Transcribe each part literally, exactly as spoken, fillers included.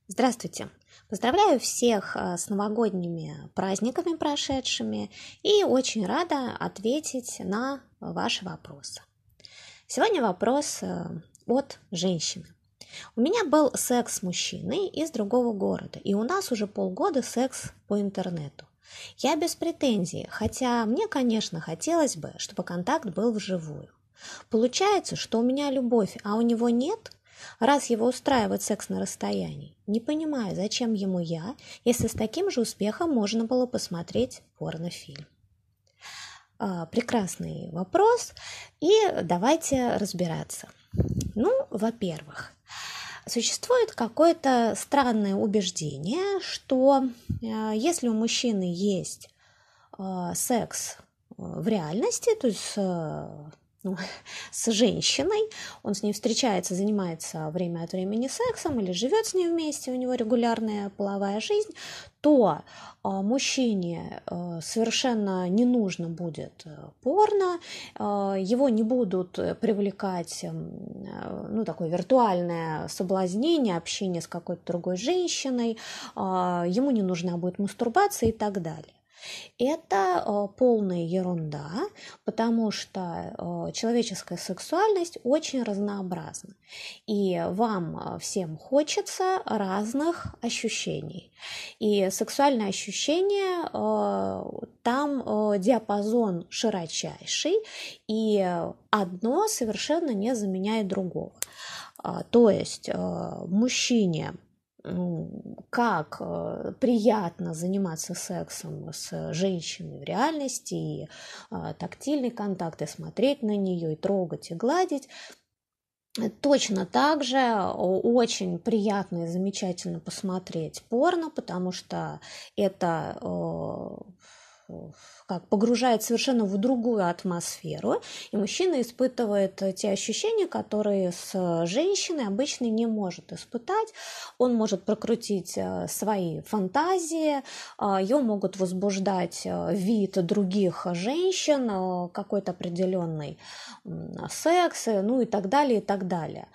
Здравствуйте! Поздравляю всех с новогодними праздниками прошедшими и очень рада ответить на ваши вопросы. Сегодня вопрос от женщины. У меня был секс с мужчиной из другого города, и у нас уже полгода секс по интернету. Я без претензий, хотя мне, конечно, хотелось бы, чтобы контакт был вживую. Получается, что у меня любовь, а у него нет? Раз его устраивает секс на расстоянии, не понимаю, зачем ему я, если с таким же успехом можно было посмотреть порнофильм. А, прекрасный вопрос, и давайте разбираться. Ну, во-первых, существует какое-то странное убеждение, что э, если у мужчины есть э, секс в реальности, то есть э, Ну, с женщиной, он с ней встречается, занимается время от времени сексом или живет с ней вместе, у него регулярная половая жизнь, то э, мужчине э, совершенно не нужно будет порно, э, его не будут привлекать э, ну, такое виртуальное соблазнение, общение с какой-то другой женщиной, э, ему не нужна будет мастурбация и так далее. Это э, полная ерунда, потому что э, человеческая сексуальность очень разнообразна, и вам всем хочется разных ощущений. И сексуальные ощущения, э, там э, диапазон широчайший, и одно совершенно не заменяет другого. А, то есть э, мужчине как приятно заниматься сексом с женщиной в реальности, и тактильный контакт, и смотреть на нее, и трогать, и гладить. Точно так же очень приятно и замечательно посмотреть порно, потому что это как погружает совершенно в другую атмосферу, и мужчина испытывает те ощущения, которые с женщиной обычно не может испытать. Он может прокрутить свои фантазии, его могут возбуждать вид других женщин, какой-то определенный секс, ну и так далее, и так далее.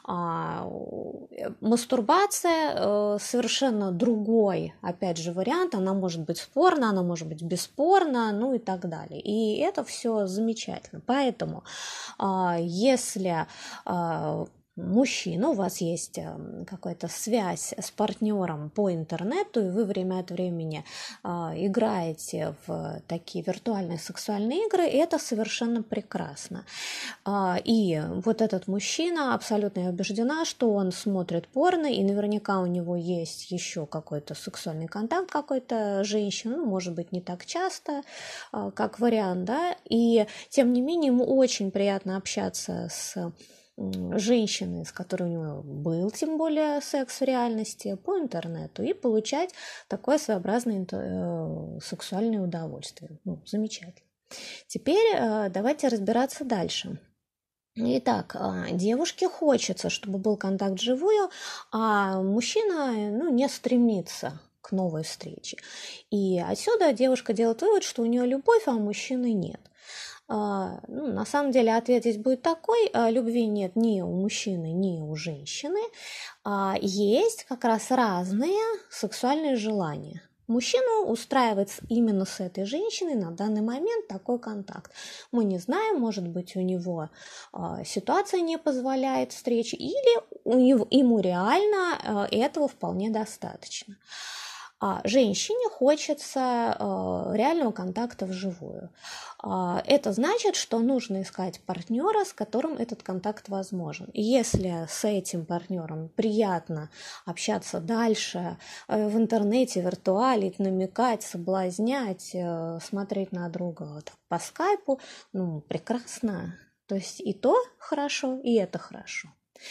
Мастурбация совершенно другой, опять же, вариант. Она может быть спорна, она может быть бесспорна, ну и так далее. И это все замечательно. Поэтому, если мужчина, у вас есть какая-то связь с партнером по интернету, и вы время от времени играете в такие виртуальные сексуальные игры, это совершенно прекрасно. И вот этот мужчина, абсолютно я убеждена, что он смотрит порно, и наверняка у него есть еще какой-то сексуальный контакт какой-то женщины, ну, может быть, не так часто, как вариант, да, и тем не менее ему очень приятно общаться с женщины, с которой у него был, тем более, секс в реальности по интернету, и получать такое своеобразное э, сексуальное удовольствие. Ну, замечательно. Теперь э, давайте разбираться дальше. Итак, девушке хочется, чтобы был контакт вживую, а мужчина, ну, не стремится к новой встрече. И отсюда девушка делает вывод, что у нее любовь, а у мужчины нет. Ну, на самом деле ответ здесь будет такой: любви нет ни у мужчины, ни у женщины. Есть как раз разные сексуальные желания. Мужчину устраивает именно с этой женщиной на данный момент такой контакт. Мы не знаем, может быть, у него ситуация не позволяет встречи, или у него, ему реально этого вполне достаточно. А женщине хочется э, реального контакта вживую. А, это значит, что нужно искать партнера, с которым этот контакт возможен. И если с этим партнером приятно общаться дальше э, в интернете, виртуалить, намекать, соблазнять, э, смотреть на друга вот, по скайпу, ну, прекрасно. То есть и то хорошо, и это хорошо.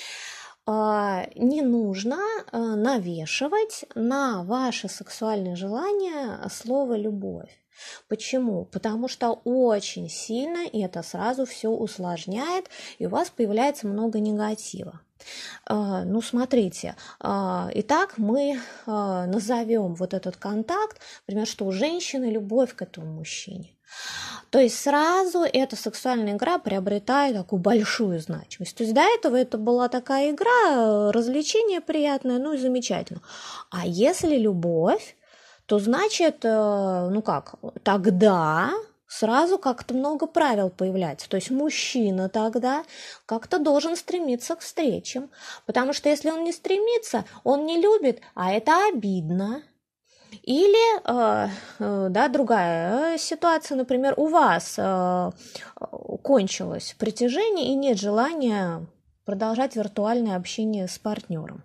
Не нужно навешивать на ваше сексуальное желание слово «любовь». Почему? Потому что очень сильно это сразу все усложняет, и у вас появляется много негатива. А, Ну, смотрите, а, итак, мы а, назовем вот этот контакт, например, что у женщины любовь к этому мужчине. То есть сразу эта сексуальная игра приобретает такую большую значимость. То есть до этого это была такая игра, развлечение приятное, ну и замечательно. А если любовь, то значит, э, ну как, тогда сразу как-то много правил появляется. То есть мужчина тогда как-то должен стремиться к встречам. Потому что если он не стремится, он не любит, а это обидно. Или, э, э, да, другая ситуация, например, у вас э, кончилось притяжение и нет желания продолжать виртуальное общение с партнером.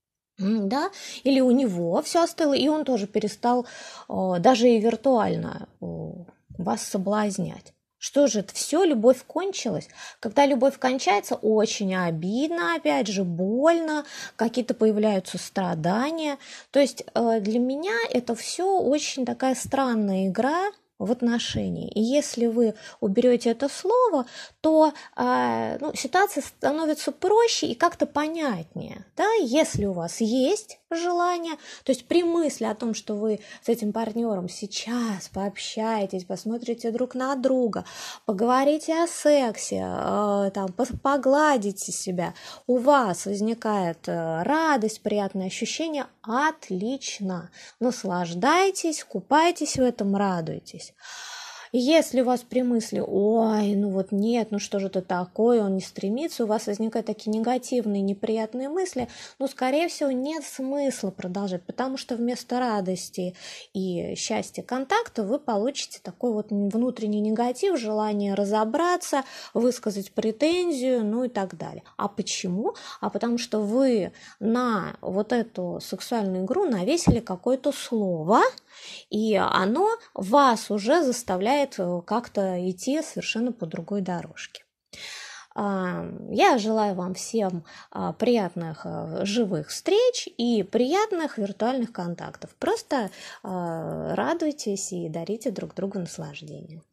Да, или у него все остыло, и он тоже перестал э, даже и виртуально э, вас соблазнять. Что же это все, любовь кончилась? Когда любовь кончается, очень обидно, опять же, больно, какие-то появляются страдания. То есть э, для меня это все очень такая странная игра в отношении. И если вы уберете это слово, то э, ну, ситуация становится проще и как-то понятнее. Да? Если у вас есть желание, то есть при мысли о том, что вы с этим партнером сейчас пообщаетесь, посмотрите друг на друга, поговорите о сексе, э, там, погладите себя, у вас возникает э, радость, приятное ощущение, отлично. Наслаждайтесь, купайтесь в этом, радуйтесь. Если у вас при мысли, ой, ну вот нет, ну что же это такое, он не стремится, у вас возникают такие негативные, неприятные мысли, ну, скорее всего, нет смысла продолжать, потому что вместо радости и счастья контакта вы получите такой вот внутренний негатив, желание разобраться, высказать претензию, ну и так далее. А почему? А потому что вы на вот эту сексуальную игру навесили какое-то слово, и оно вас уже заставляет как-то идти совершенно по другой дорожке. Я желаю вам всем приятных живых встреч и приятных виртуальных контактов. Просто радуйтесь и дарите друг другу наслаждение.